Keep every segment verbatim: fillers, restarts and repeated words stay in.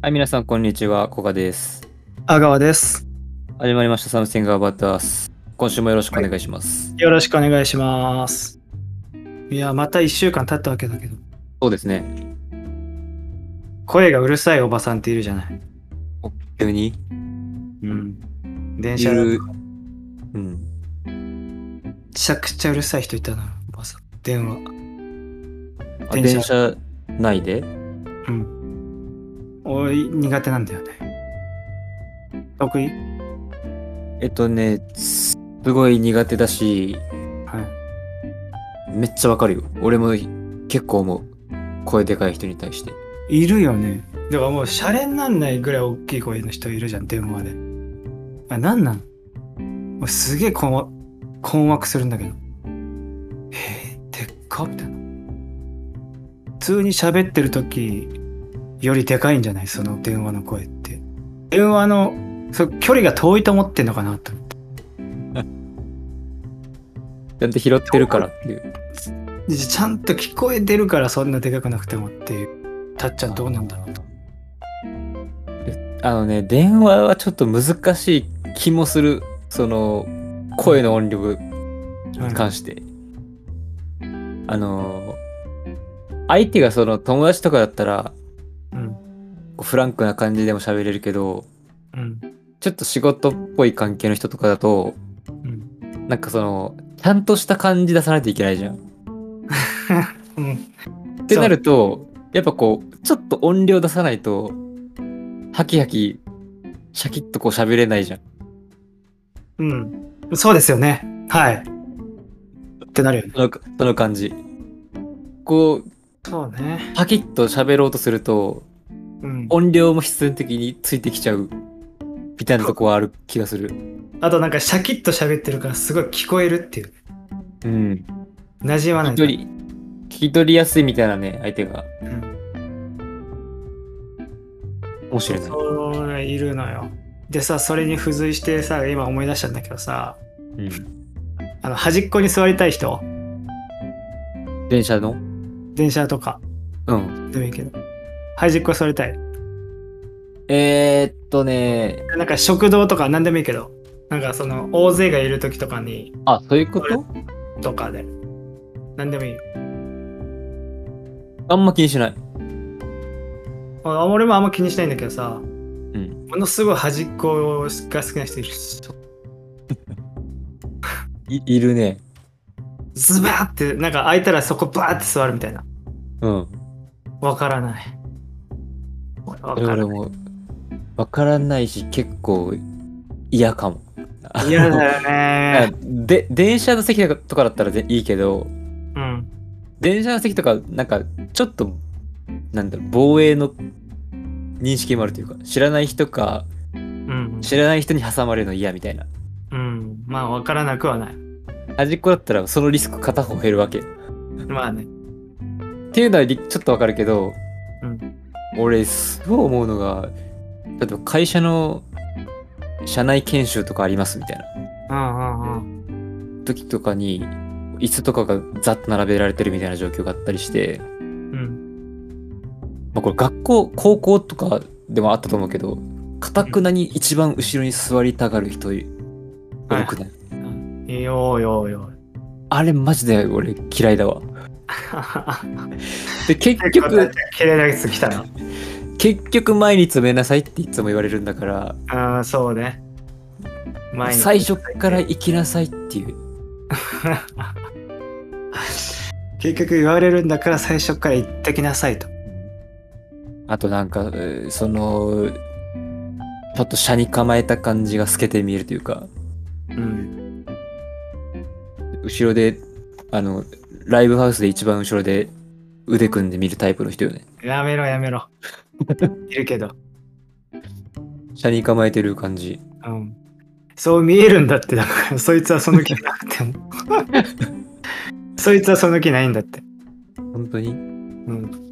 はい、皆さん、こんにちは。コカです。 阿川です。 始まりました。Something About Us。今週もよろしくおはい、 願いします。 よろしくお願いします。いや、またいっしゅうかん経ったわけだけど、 そうですね。 声がうるさいおばさんっているじゃない。 お急にうん。電いる、 車だとか、 うん。 めちゃくちゃうるさい人いたな、おばさん。電話。 あ、 電車。 電車内でうん。おい、苦手なんだよね。得意えっとね、すごい苦手だし、 はめっちゃわかるよ。俺も結構思う。声でかい人に対して。 い。いるよね。だからもう、シャレになんないぐらい大きい声の人いるじゃん、電話で。あ、なんなんもうすげえ困惑困惑するんだけど。えー、でっかみたいな。普通に喋ってる時よりでかいんじゃない、その電話の声って。電話のそ距離が遠いと思ってんのかなと思って。 ちゃんと拾ってるからっていう。 ちゃんと聞こえてるからそんなでかくなくてもっていう。たっちゃんどうなんだろうと。 あのね、電話はちょっと難しい気もする。その、声の音量に関して。あの、相手がその友達とかだったら、 うん。 こうフランクな感じでも喋れるけど、 うん。 ちょっと仕事っぽい関係の人とかだと、 うん。 なんかその、ちゃんとした感じ出さないといけないじゃん。 うん。 ってなると、やっぱこう、ちょっと音量出さないと、ハキハキ、シャキッとこう喋れないじゃん。 うん。そうですよね。はい。ってなるよね。 その、その感じ。こう、 そうね。 パキッと喋ろうとすると、 うん。 音量も必然的についてきちゃう、みたいなとこはある気がする。 あとなんかシャキッと喋ってるからすごい聞こえるっていう。 うん。 馴染まない。 聞き取り、聞き取りやすいみたいなね、相手が。 うん。 面白いね。 そういるのよ。でさ、それに付随してさ、今思い出したんだけどさ、 うん。 あの端っこに座りたい人、 電車の電車とかうん。 でもいいけど、端っこ座りたい。 えー、っとね、 なんか食堂とか何でもいいけど、なんかその大勢がいる時とかに、 あ、そういうこととかで、何でもいいよ。 あんま気にしない。 あ、俺もあんま気にしないんだけどさ、 うん。 ものすごい端っこが好きな人いるし、 い、いるね。 ズバーってなんか空いたらそこバーって座るみたいな。 うん。 わからない。わからない。 俺も、わからないし、結構嫌かも。 嫌だよあね。 で、電車の席とかだったらでいいけど、 うん。 電車の席とか、なんか、ちょっと、なんだろう、防衛の認識もあるというか、知らない人か、 うん。 知らない人に挟まれるの嫌みたいな。 うん。まあわからなくはない。 端っこだったら、そのリスク片方減るわけ。っまあね。 ていうのはりちょっとわかるけど、 うん。 俺、すごい思うのが、例えば会社の社内研修とかありますみたいなうんうんうん。 時とかに、椅子とかがざっと並べられてるみたいな状況があったりして、 うん。 まあこれ学校、高校とかでもあったと思うけど、かたくなに一番後ろに座りたがる人多くない？ うん。よーよーよあれマジで俺嫌いだわ。 ー。 で、結結構局、 綺麗なやつ来たな。 結局前に詰めなさいっていつも言われるんだから、 ああ、そうね。前に最初から行きなさいっていう。 結局言われるんだから最初から言ってきなさいと。 あとなんか、その、ちょっと車に構えた感じが透けて見えるというか、 うん。 後ろで、あの、ライブハウスで一番後ろで腕組んで見るタイプの人よね。 やめろやめろ。いるけど。 車に構えてる感じ。 うん。そう見えるんだって、だからそいつはその気なくても。そいつはその気ないんだって。 本当に？ うん。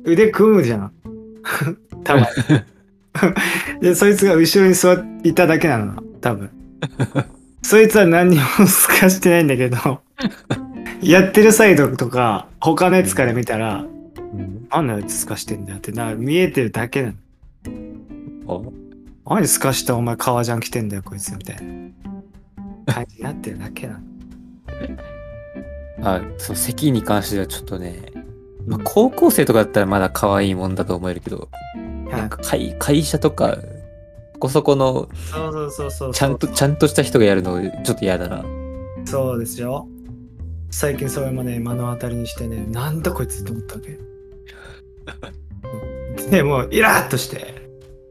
腕組むじゃん。多分。で、そいつが後ろに座っていただけなの。多分。そいつは何にもすかしてないんだけど、やってるサイドとか、他のやつから見たら、 うん、 何のやつすかしてんだよってな、見えてるだけなの。 何すかしたお前革ジャン着てんだよこいつみたいな感じになってるだけなの。 あ、そう、席に関してはちょっとね、まあ、高校生とかだったらまだ可愛いもんだと思えるけど、なんか会会社とか、そこそこの、 そうそうそうそう。 ちゃんと、ちゃんとした人がやるのちょっと嫌だな。 そうですよ。最近それもね、目の当たりにしてね、なんだこいつって思ったわけ。でもう、イラッとして。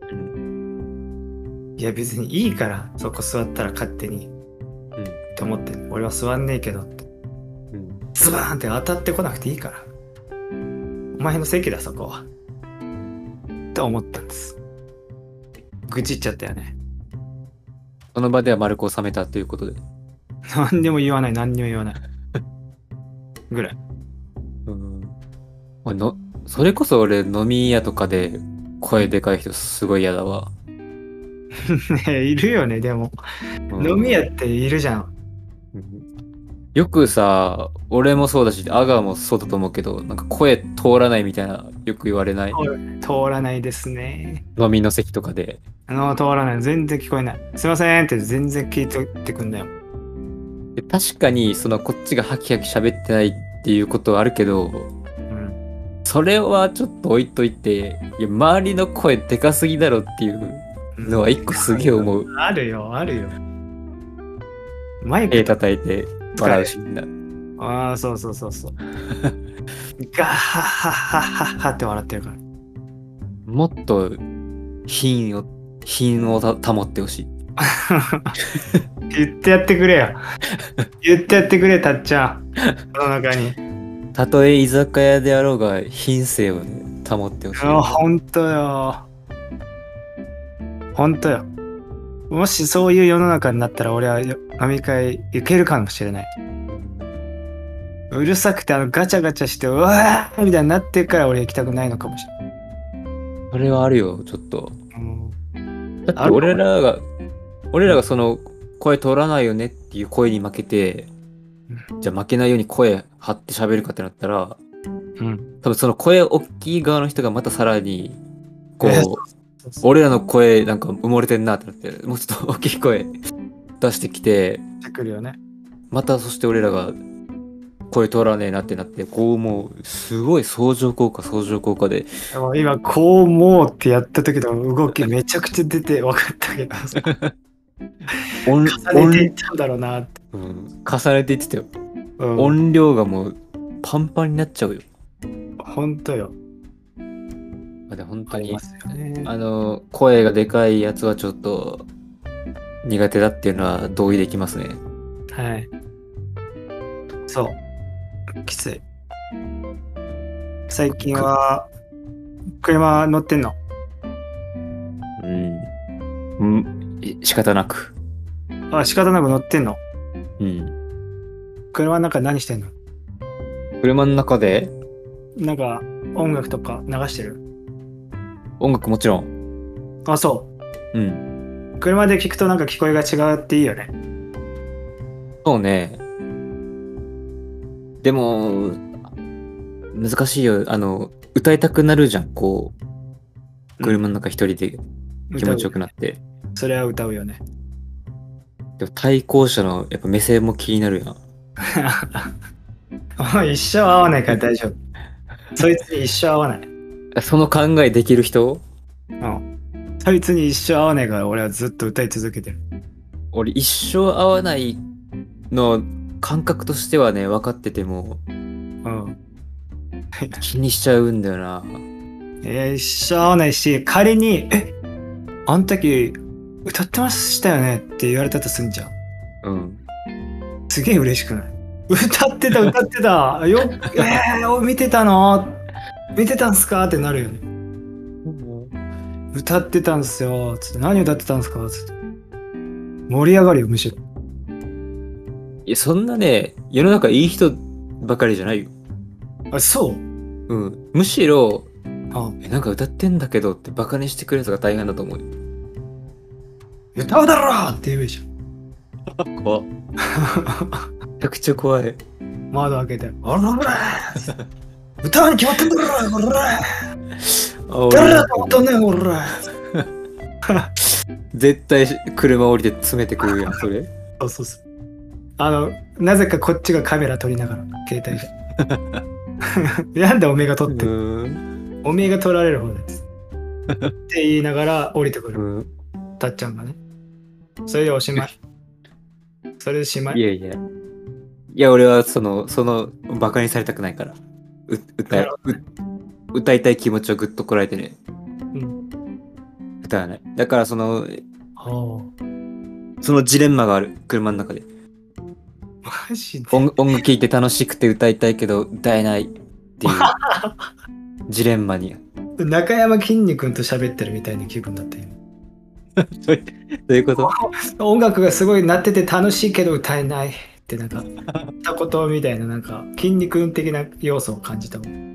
いや、別にいいから、そこ座ったら勝手に。 うん。 って思ってる。俺は座んねえけどって。 うん。 ズバーンって当たってこなくていいから。お前の席だ、そこは。と思ったんです。愚痴っちゃったよね。 その場では丸く収めたということで。 何にも言わない、何にも言わない。ぐらい。 うん。俺の、それこそ俺飲み屋とかで声でかい人すごい嫌だわ。 ねいるよね、でも。 うん、 飲み屋っているじゃん。 うん、よくさ、俺もそうだし、アガーもそうだと思うけど、なんか声通らないみたいな、よく言われない？ 通らないですね。 飲みの席とかで。 あの、通らない。全然聞こえない。すいませんって全然聞いてってくんだよ。 で確かに、そのこっちがハキハキ喋ってないっていうことはあるけど、 うん、 それはちょっと置いといて、いや周りの声でかすぎだろっていうのは一個すげえ思う。 あるよ、あるよ。マイク手叩いて笑うしみんな。 ああ、そうそうそうそう。ガッハッハッハッハッハって笑ってるから。 もっと品を、品をた保ってほしい。 言ってやってくれよ。言ってやってくれ、たっちゃん。この中に。 たとえ居酒屋であろうが品性をね、保ってほしい。 あ、ほんとよ。ほんとよ。もしそういう世の中になったら俺は飲み会行けるかもしれない。うるさくてあのガチャガチャしてうわーみたいになってるから俺行きたくないのかもしれない。 それはあるよ、ちょっと。 うん、 だって俺らが、俺らがその声通らないよねっていう声に負けて、じゃあ負けないように声張って喋るかってなったら、 うん、 多分その声大きい側の人がまたさらに、こう、 えー俺らの声なんか埋もれてんなってなって、もうちょっと大きい声出してきて、 してくるよね。 またそして俺らが声通らねえなってなって、こうもうすごい相乗効果相乗効果で。 今こうもうってやった時の動きめちゃくちゃ出て分かったけど重ねていったんだろうなって、 うん、重ねていってたよ、うん、音量がもうパンパンになっちゃうよ。 ほんとよ。 で本当にあ, ね、 あの声がでかいやつはちょっと苦手だっていうのは同意できますね。 はい。そうきつい。最近は車乗ってんの？ うん、うん、仕方なく。 あ、仕方なく乗ってんの？ うん。 車の中何してんの？ 車の中でなんか音楽とか流してる？ 音楽もちろん。 あ、そう。うん。車で聞くとなんか聞こえが違うっていいよね。 そうね。でも、難しいよ。あの、歌いたくなるじゃん。こう、車の中一人で気持ちよくなって。 うん、それは歌うよね。 でも対向車のやっぱ目線も気になるやん。一生合わないから大丈夫。そいつに一生合わない。 その考えできる人？ うん。そいつに一生合わないから俺はずっと歌い続けてる。 俺一生合わないの感覚としてはね、分かってても、うん。気にしちゃうんだよな。 えー、一生合わないし、仮に、え、あん時歌ってましたよねって言われたとすんじゃん。うん。すげえ嬉しくない？歌ってた歌ってたよ、えー、見てたの見てたんすかってなるよね。歌ってたんすよつって、何歌ってたんすかつって盛り上がるよ、むしろ。 いや、そんなね、世の中いい人ばかりじゃないよ。 あ、そう？ うん。むしろ、あえなんか歌ってんだけどってバカにしてくれるやつが大変だと思うよ。 歌うだろって言うじゃん。怖っ。めちゃくちゃ怖い。 窓開けて、あらら歌うに決まってんだろ、ほら誰だと思ったんだよ、ほら絶対車降りて詰めてくるやん、それ。 そうそうそう。あの、なぜかこっちがカメラ撮りながら、携帯で。なんでおめえが撮ってる、 うん。 おめえが撮られる方です。って言いながら降りてくる。 うん。 たっちゃんがね。それでおしまい。それでしまい。 いやいや。いや、俺はその、その、バカにされたくないから。う歌ないるう歌いたい気持ちをぐっとこらえてね、 うん。 歌わない。だからその、 はそのジレンマがある、車の中で。 あ。マジで。 音音楽聴いて楽しくて歌いたいけど歌えないっていうジレンマに。 中山きんに君と喋ってるみたいな気分だったよ。 どういうどういうこと音楽がすごい鳴ってて楽しいけど歌えないってなんか片言みたいななんか筋肉的な要素を感じたもん。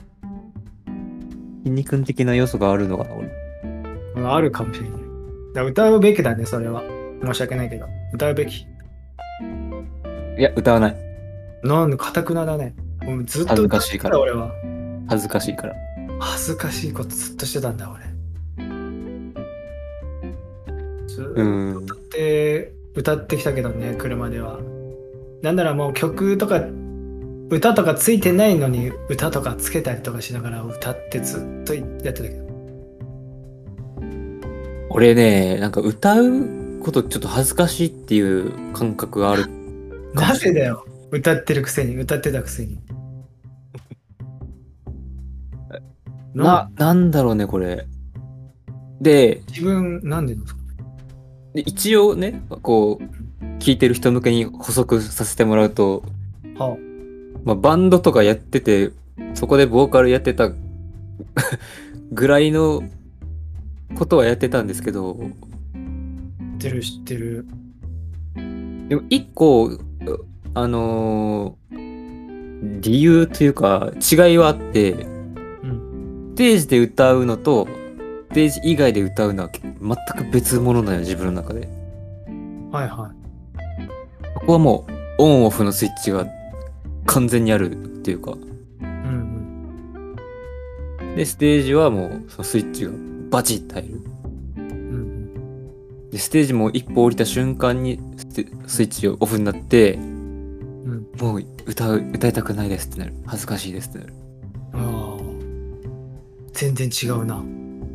筋肉的な要素があるのかな、俺。 あるかもしれない。だから歌うべきだね、それは。申し訳ないけど。歌うべき。 いや、歌わない。 なんで、かたくなだね。もうずっと恥ず歌ってた、 かしいから。 俺は。 恥ずかしいから。 恥ずかしいことずっとしてたんだ、俺。ずうーっん。 と歌って、歌ってきたけどね、車では。なんならもう曲とか、歌とかついてないのに歌とかつけたりとかしながら歌ってずっとやってたけど。 俺ね、なんか歌うことちょっと恥ずかしいっていう感覚がある。 なぜだよ。歌ってるくせに、歌ってたくせに。 な、なんだろうね、これ。で、 自分、なんでなんですか？ で一応ね、こう、聞いてる人向けに補足させてもらうと、 はまあ、バンドとかやってて、そこでボーカルやってたぐらいのことはやってたんですけど、 あ、知ってる知ってる。 でも一個、あのー理由というか違いはあって、 うん。 ステージで歌うのと、ステージ以外で歌うのは全く別物なのよ、自分の中で。 はいはここはもうオンオフのスイッチが完全にあるっていうか、 い。うんで、ステージはもうそのスイッチがバチッと入る。 うん。うんで、ステージも一歩降りた瞬間にステスイッチがオフになって、 うん。 もう歌う、歌いたくないですってなる。恥ずかしいですってなる。 ああ。全然違うな。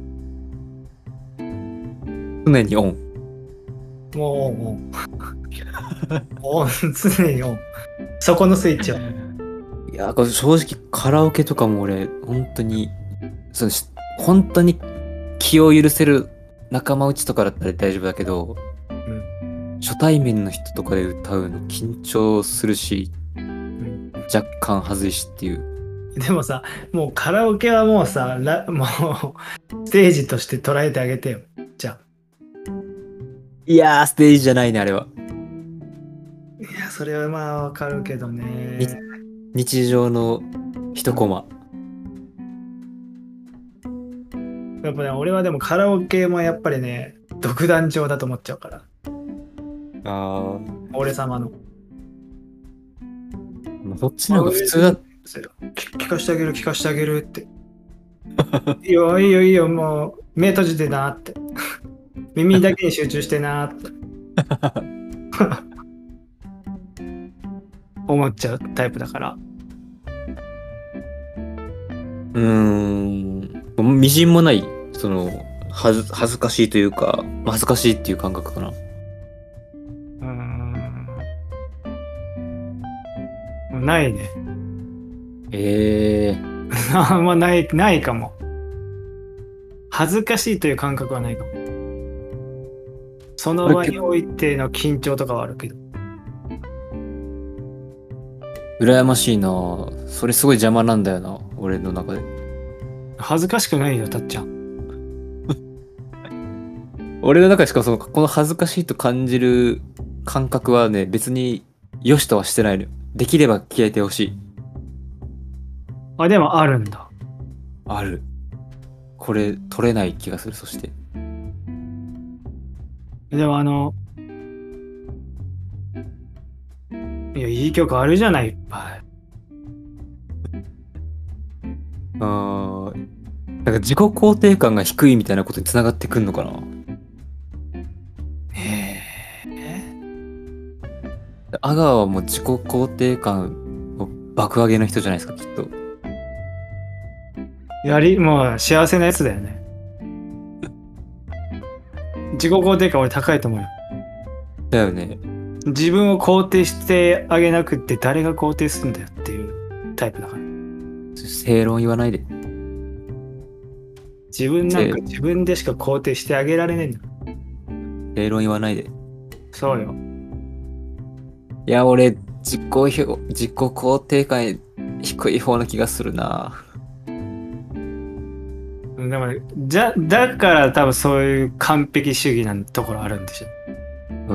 常にオン。 もうオンオン。オン、常にオン。そこのスイッチは。 いや、これ正直カラオケとかも俺、本当に、そのし本当に気を許せる仲間内とかだったら大丈夫だけど、 うん。 初対面の人とかで歌うの緊張するし、 うん若干恥ずいしっていう。 でもさ、もうカラオケはもうさ、ラもうステージとして捉えてあげてよ。じゃあ。 いやー、ステージじゃないね、あれは。 いや、それはまあわかるけどね。 日常の一コマ。 やっぱね、俺はでもカラオケもやっぱりね、独壇場だと思っちゃうから。 あ俺様の。 あ、そっちの方が普通だ。 聞聞かしてあげる、聞かしてあげるって。いいよ、いいよ、いいよ、もう目閉じてなって。耳だけに集中してなって。思っちゃうタイプだから。 うーん。みじんもない、その、はず恥ずかしいというか、恥ずかしいっていう感覚かな。 うーん。ないね。 ええあんまない、ないかも。恥ずかしいという感覚はないかも。その場においての緊張とかはあるけど。 羨ましいな。それすごい邪魔なんだよな、俺の中で。 恥ずかしくないよ、たっちゃん。 俺の中でしかその、この恥ずかしいと感じる感覚はね、別に良しとはしてないのよ。できれば消えてほしい。 あ、でもあるんだ。 ある。これ取れない気がする、そして。 でもあの、いや、いい曲あるじゃない、いっぱい。 あー、なんか自己肯定感が低いみたいなことに繋がってくんのかな。 阿川はもう自己肯定感を爆上げの人じゃないですか、きっと。 やり、もう幸せなやつだよね。自己肯定感俺高いと思うよ。 だよね。 自分を肯定してあげなくって誰が肯定するんだよっていうタイプだから。 正論言わないで。 自分なんか自分でしか肯定してあげられないんだ。 正論言わないで。 そうよ。 いや、俺、自己評、自己肯定感低い方な気がするな。 でも、じゃ、だから多分そういう完璧主義なところあるんでしょ。 うん。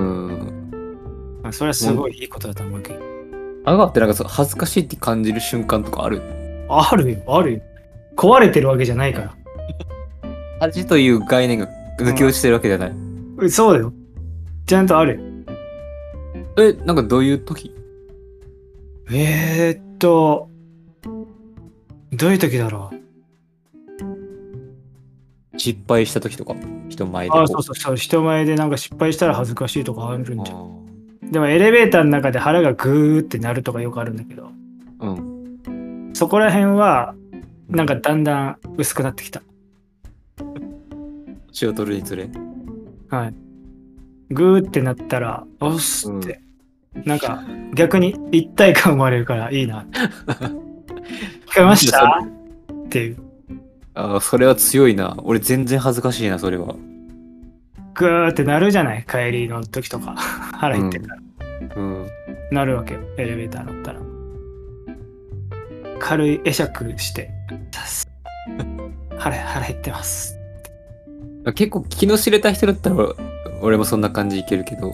まあそれはすごいいいことだと思うけど。 阿川ってなんかそう恥ずかしいって感じる瞬間とかある？ あるよ、あるよ。壊れてるわけじゃないから。 恥という概念が抜け落ちてるわけじゃない。 うん、そうだよ。ちゃんとあるよ。 え、なんかどういう時？ えー、っと、どういう時だろう。 失敗した時とか、人前でこう。 あ、そうそうそう。人前でなんか失敗したら恥ずかしいとかあるんじゃん。 あでもエレベーターの中で腹がグーってなるとかよくあるんだけど、 ーうん。 そこら辺はなんかだんだん薄くなってきた。 血を取るにつれ。 はい。グーってなったら、おっすって、なんか逆に一体感生まれるからいいな。聞こえましたっていう。 ああ、それは強いな。俺全然恥ずかしいな、それは。 グーってなるじゃない、帰りの時とか。腹減ってるから。 うん。 なるわけよ、エレベーター乗ったら。軽い会釈して、腹、腹減ってます。 結構気の知れた人だったら俺もそんな感じいけるけど、 うん。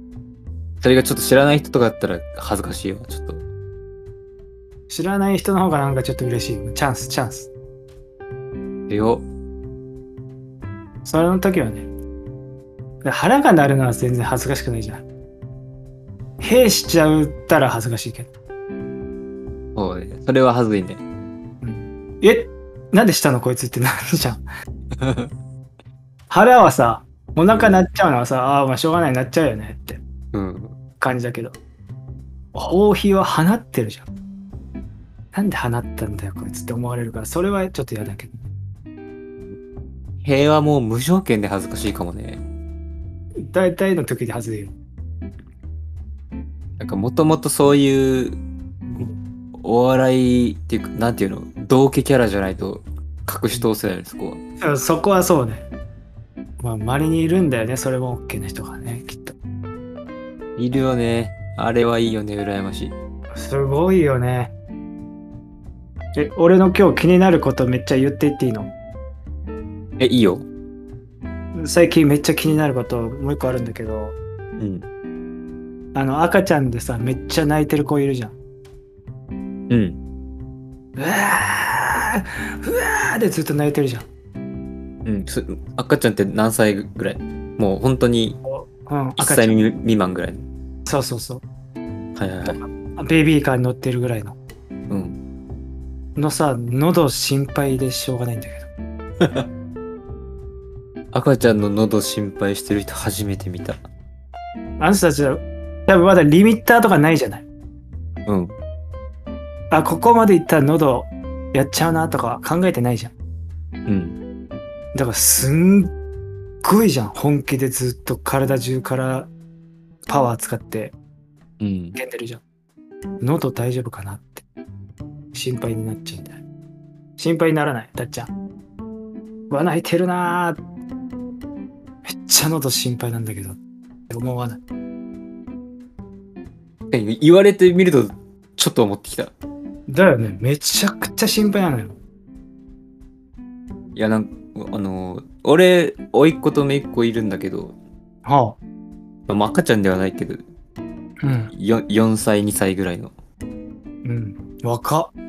それがちょっと知らない人とかだったら恥ずかしいわ、ちょっと。 知らない人の方がなんかちょっと嬉しい。チャンス、チャンス。 よ。 それの時はね、腹が鳴るのは全然恥ずかしくないじゃん。兵しちゃったら恥ずかしいけど。 そうね。それは恥ずいね。 うん、え、なんでしたのこいつってなるじゃん。腹はさ、お腹鳴っちゃうのはさ、ああ、まあしょうがない、鳴っちゃうよねって感じだけど、放屁は放ってるじゃん。なんで放ったんだよこいつって思われるから、それはちょっと嫌だけど。 平和もう無条件で恥ずかしいかもね。 大体の時で恥ずいよ。 なんかもともとそういうお笑いっていうか、なんていうの、同期キャラじゃないと隠し通せない、そこは。 そこはそうね。まあ、稀にいるんだよね、それも OK な人がね、きっと。 いるよね。あれはいいよね、羨ましい。 すごいよね。え、俺の今日気になることめっちゃ言っていっていいの？ え、いいよ。 最近めっちゃ気になることもう一個あるんだけど、 うん。 あの赤ちゃんでさ、めっちゃ泣いてる子いるじゃん。 うん。 うわーうわーでずっと泣いてるじゃん。 うん。赤ちゃんって何歳ぐらい？もう本当にうん、 いっさい未満ぐらい。 そうそうそう。 はいはいはい。 ベビーカーに乗ってるぐらいの。 うん。 のさ、喉心配でしょうがないんだけど。 赤ちゃんの喉心配してる人初めて見た。 あの人たちは多分まだリミッターとかないじゃない。 うん。 あ、ここまでいったら喉やっちゃうなとか考えてないじゃん。 うん。 だからすんごいじゃん。本気でずっと体中からパワー使ってうん。 いけんでるじゃん。喉大丈夫かなって心配になっちゃうんだよ。心配にならない、たっちゃん。うわ、泣いてるなー。めっちゃ喉心配なんだけどって思わない。 言われてみるとちょっと思ってきた。 だよね。めちゃくちゃ心配なのよ。 いや、なんあの俺甥っ子と姪っ子いるんだけど、 はあ、まあ、赤ちゃんではないけど、 うん、 よよんさいにさいぐらいの。 うん、若っ。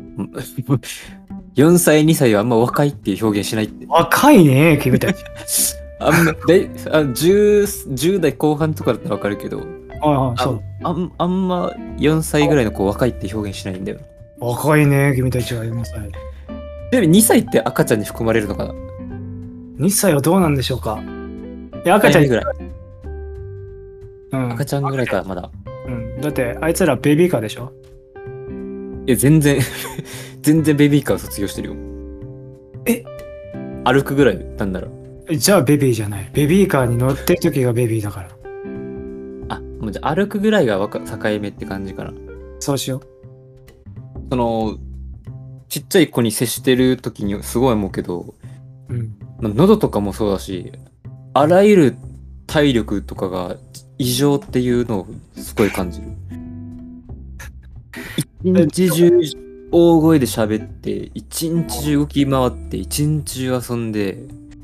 よんさいにさいはあんま若いっていう表現しないって。 若いね君たち。 あんまであ 10, じゅう代後半とかだったらわかるけど、 ああ、そう。 あんあんまよんさいぐらいの子若いって表現しないんだよ。 若いね君たちはよんさい。 でもにさいって赤ちゃんに含まれるのかな？ にさいはどうなんでしょうか。いや赤ちゃんぐらい。 うん。 赤ちゃんぐらいか、まだ。 うん。だってあいつらベビーカーでしょ？ いや、全然、全然ベビーカー卒業してるよ。 え歩くぐらい、なんなら。 じゃあベビーじゃない。ベビーカーに乗ってる時がベビーだから。 あ、もうじゃあ歩くぐらいがわか境目って感じかな。 そうしよその、ちっちゃい子に接してる時にすごい思うけど、 う。うん。 まあ喉とかもそうだし、あらゆる体力とかが異常っていうのをすごい感じる。一日中大声で喋って、一日中動き回って、一日中遊んで、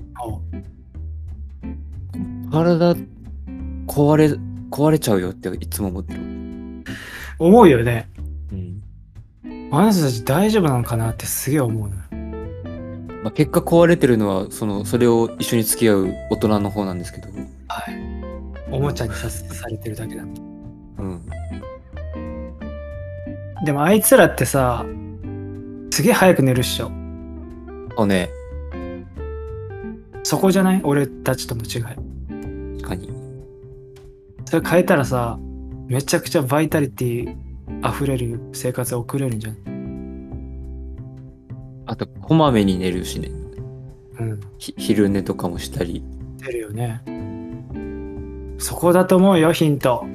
体壊れ、壊れちゃうよっていつも思ってる。 思うよね。 うん。 あなたたち大丈夫なのかなってすげえ思うのよ。 まあ、結果壊れてるのは、その、それを一緒に付き合う大人の方なんですけど。 はい。おもちゃにさせされてるだけだ。 うん。 でもあいつらってさ、すげえ早く寝るっしょ。 そうね、 そこじゃない？俺たちとの違い。 確かに。 それ変えたらさ、めちゃくちゃバイタリティ溢れる生活を送れるんじゃん。 あと、こまめに寝るしね。 うん。 ひ昼寝とかもしたり。 出るよね。そこだと思うよ、ヒント。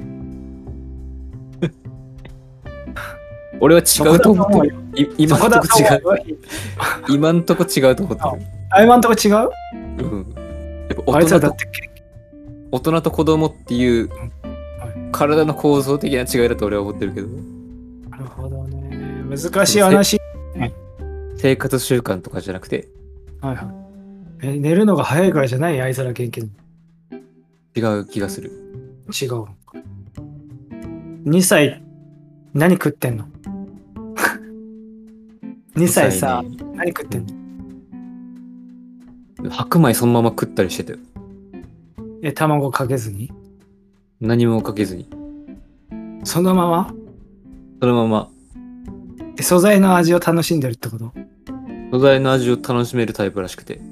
俺は違うと思ってる。い今そこんとこ違う。 だと思うよ。 今んとこ違うと思ってる。 あいまんとこ違う？ うん。やっぱあいつら大人とだって結大人と子供っていうはい体の構造的な違いだと俺は思ってるけど、 なるほどね。難しい話。 生活習慣とかじゃなくてはいはい。え、寝るのが早いからじゃない？あいつら元気に。 違う気がする。 違う。にさい、何食ってんの？ に 歳さ、 にさいね、 何食ってんの？ 白米そのまま食ったりしてたよ。 え、卵かけずに？ 何もかけずに。 そのまま？ そのままえ、素材の味を楽しんでるってこと？ 素材の味を楽しめるタイプらしくて。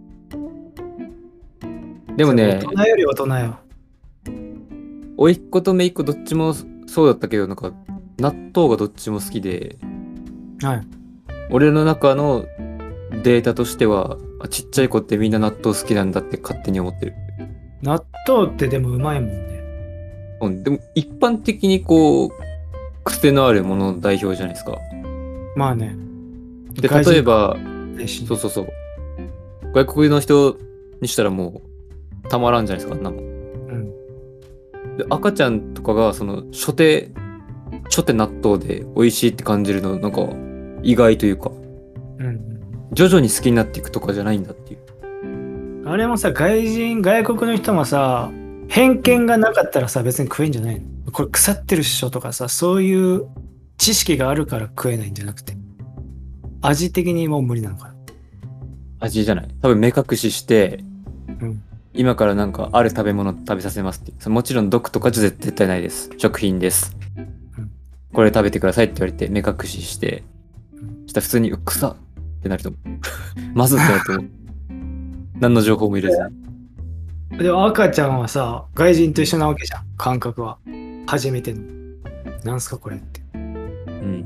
でもね、 大人より大人よ。 甥っ子と姪っ子どっちもそうだったけど、なんか納豆がどっちも好きで、 はい。 俺の中のデータとしては、あちっちゃい子ってみんな納豆好きなんだって勝手に思ってる。 納豆ってでもうまいもんね。 うん、でも一般的にこう癖のあるものの代表じゃないですか。 まあね。 で、例えば、 外人そうそうそう。外国の人にしたらもうたまらんじゃないですか、あんなもん。 うん。 で、赤ちゃんとかがその初手、初手納豆で美味しいって感じるの、なんか意外というか、 うん徐々に好きになっていくとかじゃないんだっていう。 うん。あれもさ、外人、外国の人もさ、偏見がなかったらさ、別に食えんじゃないの？これ腐ってるっしょとかさ、そういう知識があるから食えないんじゃなくて、味的にもう無理なのかな。 味じゃない。多分目隠しして、 うん。 今からなんかある食べ物食べさせますって。そのもちろん毒とかじゃ絶対ないです。食品です。 うんこれ食べてくださいって言われて目隠しして、 うんそしたら普通にう草ってなると思う。まずってなると思う。何の情報も入れずに。 でも赤ちゃんはさ、外人と一緒なわけじゃん、感覚は。初めての。なんすかこれって。 うん。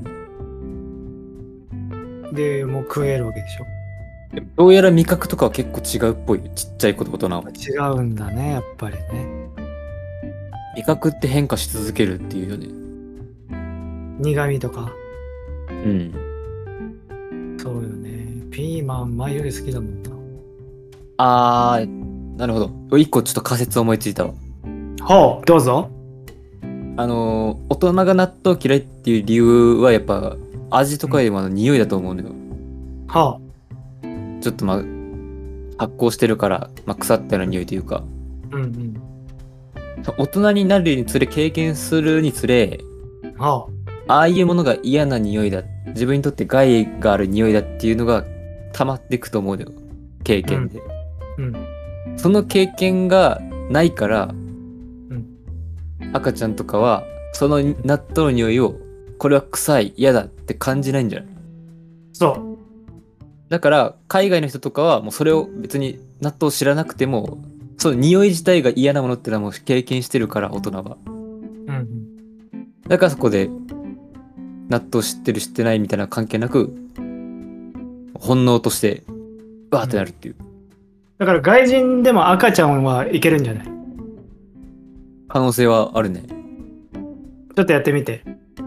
で、もう食えるわけでしょ。 でもどうやら味覚とかは結構違うっぽいよ。ちっちゃい子と大人は。 違うんだね、やっぱりね。 味覚って変化し続けるっていうよね。 苦味とか。 うん。 そうよね。ピーマン前より好きだもんな。 あー、なるほど。一個ちょっと仮説思いついたわ。 ほう、どうぞ。 あのー、大人が納豆嫌いっていう理由はやっぱ味とかよりもあの匂いだと思うのよ。 はちょっとまあ発酵してるから、まあ、腐ったような匂いというか、 あ。うんうん。 大人になるにつれ経験するにつれ、 はああいうものが嫌な匂いだ、自分にとって害がある匂いだっていうのが溜まっていくと思うのよ、経験で。 あ。うん。 その経験がないから、 ん赤ちゃんとかはその納豆の匂いをこれは臭い嫌だって感じないんじゃない？ そだから海外の人とかはもうそれを別に納豆を知らなくてもその匂い自体が嫌なものってのはもう経験してるから大人は。 うんうん。 だからそこで納豆知ってる知ってないみたいな関係なく本能としてわーってなるっていう、 だから外人でも赤ちゃんはいけるんじゃない？ 可能性はあるね。 ちょっとやってみて。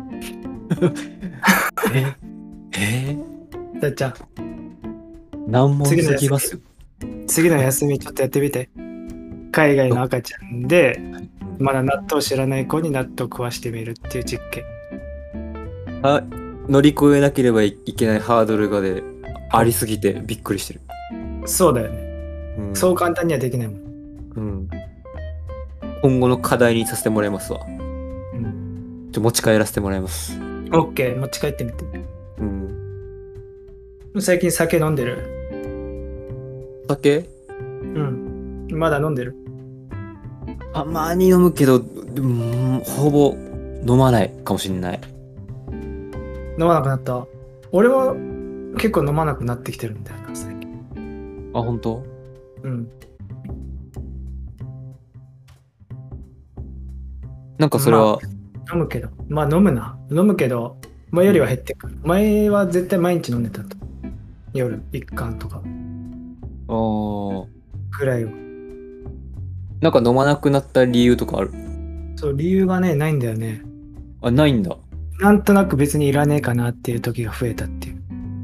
ええだっちゃん、 難問すぎますよ。 次の休みちょっとやってみて。海外の赤ちゃんで、まだ納豆知らない子に納豆食わしてみるっていう実験。 あ、乗り越えなければいけないハードルがでありすぎてびっくりしてる。 そうだよね。 うん、 そう簡単にはできないもん。 うん。今後の課題にさせてもらいますわ。 うん。 ちょ持ち帰らせてもらいます。 オッケー、持ち帰ってみて。 うん。 最近酒飲んでる？ 酒？ うん。まだ飲んでる？ たまに飲むけど、でもほぼ飲まないかもしれない。 飲まなくなった？俺も結構飲まなくなってきてるんだよな、最近。 あ、本当？ うん。 なんかそれは、 まあ、飲むけど、まあ飲むな。飲むけど、前よりは減ってくる。前は絶対毎日飲んでたと。夜、一缶とか。 あーくらいを。 なんか飲まなくなった理由とかある？ そう、理由がね、ないんだよね。 あ、ないんだ。 なんとなく別にいらねえかなっていう時が増えたっていう。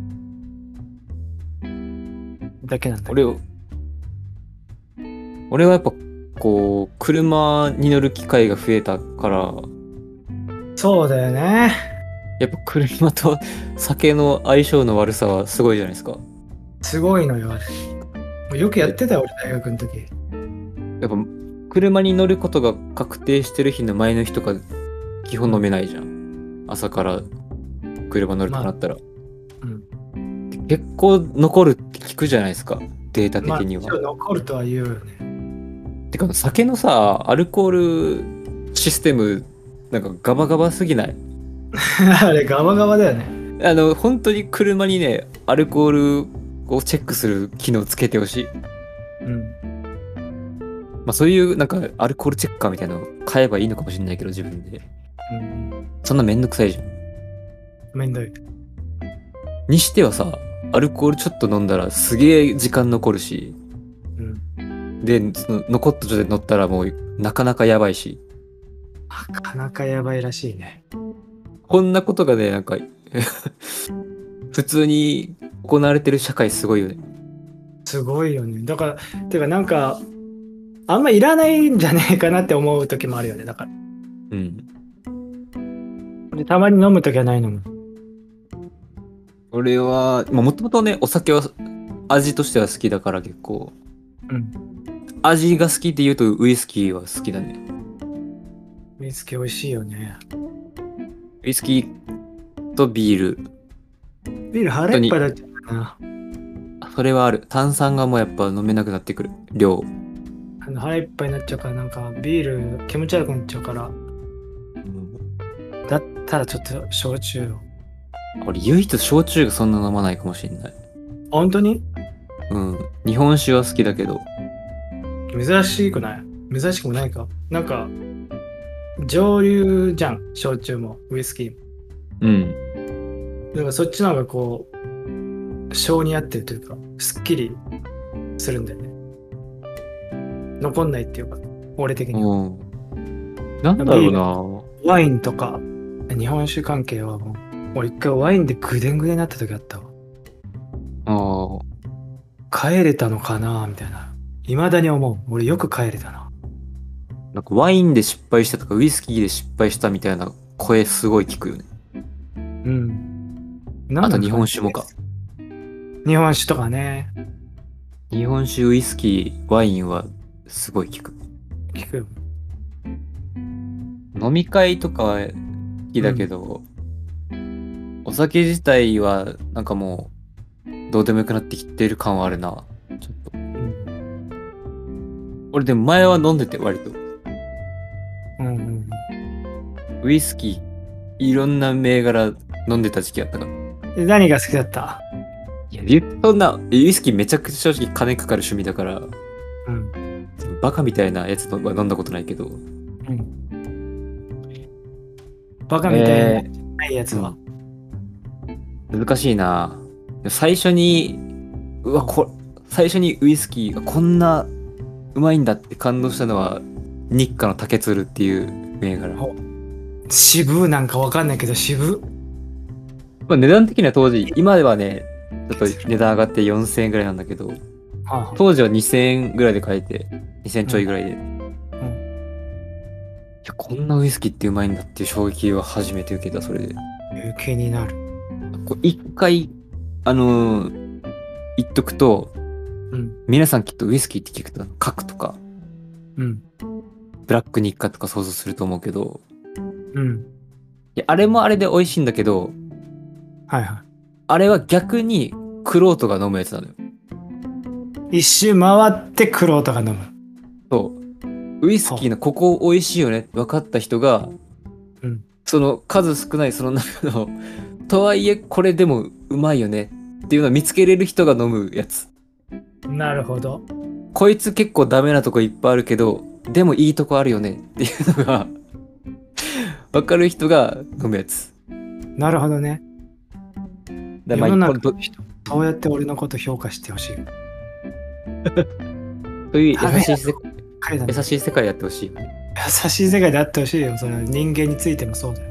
だけなんだけど。 俺を、俺はやっぱこう、車に乗る機会が増えたから、 そうだよね。 やっぱ車と酒の相性の悪さはすごいじゃないですか。 すごいのよ、あれ。もうよくやってたよ、俺、大学の時。 やっぱ車に乗ることが確定してる日の前の日とか基本飲めないじゃん。朝から車乗るとかなったら。 まあうん、 結構残るって聞くじゃないですか、データ的には。 まあ、残るとは言うよね。 てか酒のさ、アルコールシステムなんかガバガバすぎない？ あれ、ガバガバだよね。 あの本当に車にね、アルコールをチェックする機能つけてほしい。 うん。 まあそういうなんかアルコールチェッカーみたいなの買えばいいのかもしれないけど、自分で。 うん。 そんなめんどくさいじゃん。 めんどい。 にしてはさ、アルコールちょっと飲んだらすげえ時間残るし、 うん。 で、その残った状態で乗ったらもうなかなかやばいし、 なかなかやばいらしいね。 こんなことがね、なんか普通に行われてる社会すごいよね。 すごいよね。だから、てかなんか、あんまいらないんじゃねえかなって思う時もあるよね。だから。 うん。 でたまに飲む時はないのも。 俺は、もともとね、お酒は味としては好きだから結構。 うん。 味が好きって言うとウイスキーは好きだね。 ウイスキー美味しいよね。 ウイスキーとビール。 ビール腹いっぱいだっちゃうな。 それはある。炭酸がもうやっぱ飲めなくなってくる。量。 あの腹いっぱいになっちゃうから、なんかビール気持ち悪くなっちゃうから。だったらちょっと焼酎を。 俺唯一焼酎がそんな飲まないかもしれない。 本当に？ うん。日本酒は好きだけど。 珍しくない？珍しくもないか。なんか、上流じゃん。焼酎もウイスキーも。 うん。 だからそっちの方がこう、性に合ってるというか、すっきりするんだよね。残んないっていうか、俺的には。 うん。なんだろうワインとか、日本酒関係はもう、俺一回ワインでグデングデンになった時あったわ。 な。ああ。 帰れたのかなみたいな。未だに思う。俺よく帰れたな。 なんかワインで失敗したとかウイスキーで失敗したみたいな声すごい聞くよね。 うん。 あと日本酒もか。 日本酒とかね。 日本酒、ウイスキー、ワインはすごい聞く。 聞くよ。 飲み会とかは好きだけど、うん、お酒自体はなんかもうどうでもよくなってきてる感はあるな。ちょっと。うん、俺でも前は飲んでて割と。 うんうん、 ウイスキーいろんな銘柄飲んでた時期あったから。 で何が好きだった？ いや、そんなウイスキーめちゃくちゃ正直金かかる趣味だから、 うん、 バカみたいなやつは飲んだことないけど。 うん。バカみたいえなないやつは。 ー、難しいな。最初に、うわ、こ、最初にウイスキーがこんなうまいんだって感動したのは、日課の竹鶴っていう銘柄。 ほ渋なんかわかんないけど渋。 まあ、値段的には当時、今ではね、ちょっと値段上がってよんせんえんぐらいなんだけど、 はあはあ当時はにせんえんぐらいで買えて、にせんちょいぐらいで。いや、こんなウイスキーってうまいんだっていう衝撃を初めて受けた、それで。 えー気になる。 こう一回、あのー言っとくと、 うん。 皆さんきっとウイスキーって聞くと、核とか、 うん。 ブラック日課とか想像すると思うけど、 うん。 いや、あれもあれで美味しいんだけど、 はいはあれは逆にクロートが飲むやつなのよ。 い。一周回ってクロートが飲む。 そう。ウイスキーのここ美味しいよねって分かった人が、 うん。 その数少ないその中の、とはいえこれでもうまいよねっていうのを見つけれる人が飲むやつ。 なるほど。 こいつ結構ダメなとこいっぱいあるけど、でもいいとこあるよねっていうのが、分かる人が飲むやつ。 なるほどね。 だまあ世の中一本の人、そうやって俺のこと評価してほしい。 そういう優しい世彼だね優しい世界やってほしいよね。 優しい世界であってほしいよ。その人間についてもそうだよ。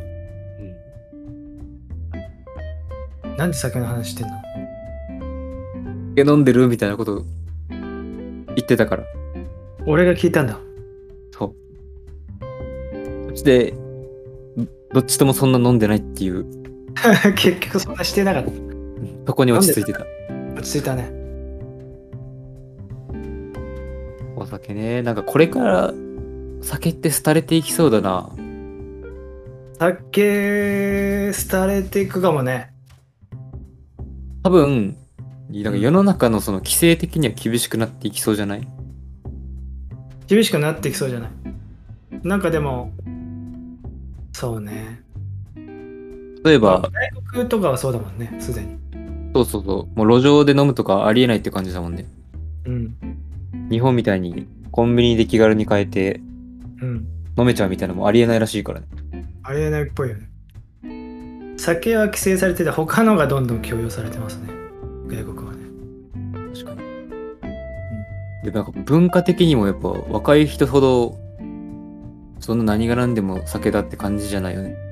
なんで酒の話してんの？ 酒飲んでるみたいなこと言ってたから。 俺が聞いたんだ。 そう。そして、どっちともそんな飲んでないっていう、 結局そんなしてなかった。 そこに落ち着いてた。 落ち着いたね。 お酒ね。なんかこれから酒って廃れていきそうだな。 酒、廃れていくかもね。 多分、なんか世の中のその規制的には厳しくなっていきそうじゃない？ 厳しくなっていきそうじゃない。なんかでも、そうね。 例えば、 外国とかはそうだもんね、すでに。 そうそうそう、もう路上で飲むとかありえないって感じだもんね。 うん。 日本みたいにコンビニで気軽に買えてうん。 飲めちゃうみたいなのもありえないらしいからね。 ありえないっぽいよね。酒は規制されてて、他のがどんどん強要されてますね。外国はね。 確かに。で、なんか文化的にもやっぱ若い人ほど、そんな何が何でも酒だって感じじゃないよね。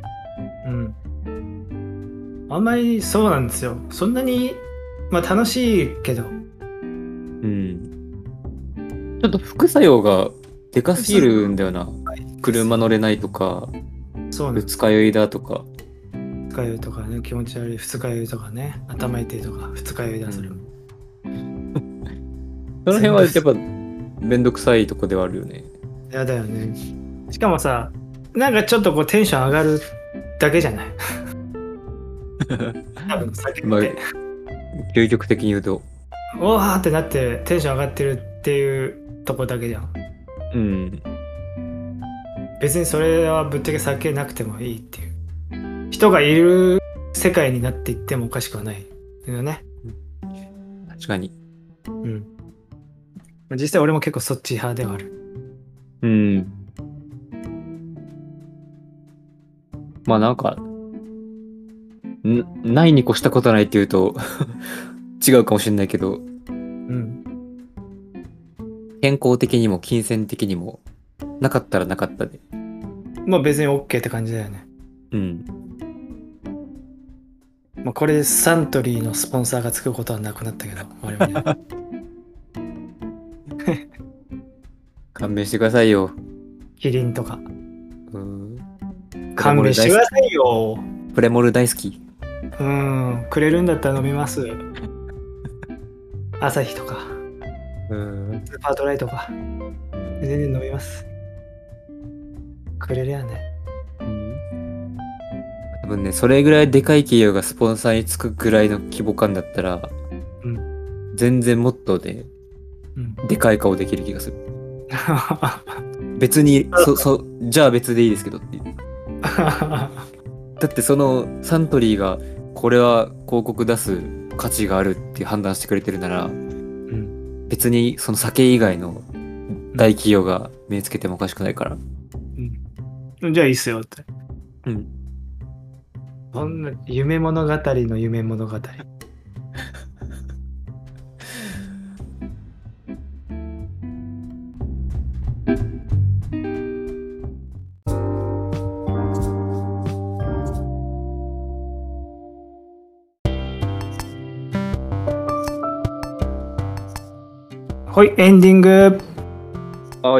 うん。あんまりそうなんですよ。そんなに、まあ楽しいけど。 うん。ちょっと副作用がでかすぎるんだよな。車乗れないとか、 そうなんです。 二日酔いだとか。 二日酔いとかね、気持ち悪い二日酔いとかね、頭痛いとか、二日酔いだ、それも。 その辺はやっぱめんどくさいとこではあるよね。 やだよね。しかもさ、なんかちょっとこうテンション上がるだけじゃない多分酒って、 まあ、究極的に言うと。 おわーってなってテンション上がってるっていうとこだけじゃん。 うん。 別にそれはぶっちゃけ酒なくてもいいっていう人がいる世界になっていってもおかしくはないよね。 確かに。 うん。実際俺も結構そっち派ではある。 うん。まあなんか、んないに越したことないって言うと違うかもしれないけど、 うん。 健康的にも金銭的にもなかったらなかったで。 まあ別に OK って感じだよね。 うん。 まあこれでサントリーのスポンサーがつくことはなくなったけど、我々 勘弁してくださいよ。 キリンとか。 うん。 勘弁してくださいよ。 プレモル大好き。 うん。くれるんだったら飲みます。朝日とか、 うん。 スーパードライとか、全然飲みます。くれりゃね。 多分ね、それぐらいでかい企業がスポンサーにつくぐらいの規模感だったら、 うん。 全然もっとね、 うん。 でかい顔できる気がする。別に、そ、そ、じゃあ別でいいですけどっていう。だってそのサントリーがこれは広告出す価値があるって判断してくれてるなら、 うん。 別にその酒以外の大企業が目つけてもおかしくないから。 うん、じゃあいいっすよって。 うん。 そんな夢物語の夢物語。はい、エンディング。 はい。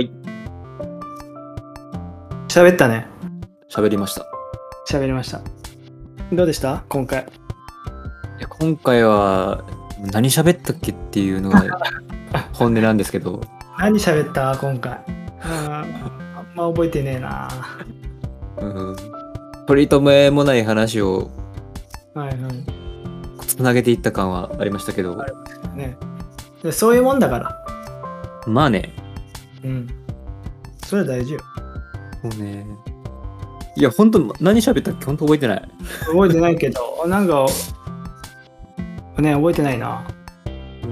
喋ったね。 喋りました。 喋りました。どうでした今回。 いや今回は何喋ったっけっていうのが本音なんですけど。 何喋った今回。ああんま覚えてねえな。 うん。取り留めもない話をはいはい。 つなげていった感はありましたけど。 ね、でそういうもんだから。 まあね。 うん。それは大事よ。 もうね。いや、ほんと、何喋ったっけほんと覚えてない。 覚えてないけど、なんか、ね、覚えてないな。 うん。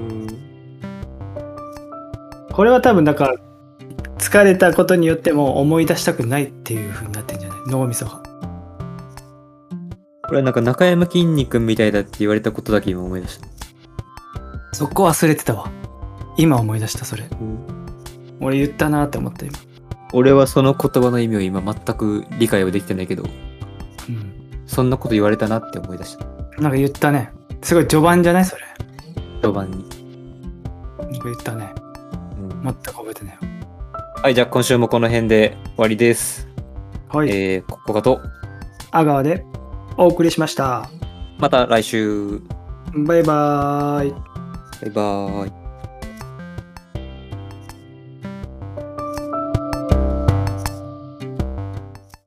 これは多分、だから、疲れたことによっても思い出したくないっていう風になってんじゃない脳みそが。 これはなんか中山きんに君みたいだって言われたことだけ今思い出した。 そこ忘れてたわ。今思い出した、それ。 うん、 俺言ったなって思った今。 俺はその言葉の意味を今全く理解はできてないけど、 うん、 そんなこと言われたなって思い出した。 なんか言ったね。すごい序盤じゃないそれ。 序盤に。 なんか言ったね。うん、全く覚えてないよ。 はい、じゃあ今週もこの辺で終わりです。 はい。 えー、ここがと阿川でお送りしました。 また来週。 バイバーイ。 バイバーイ。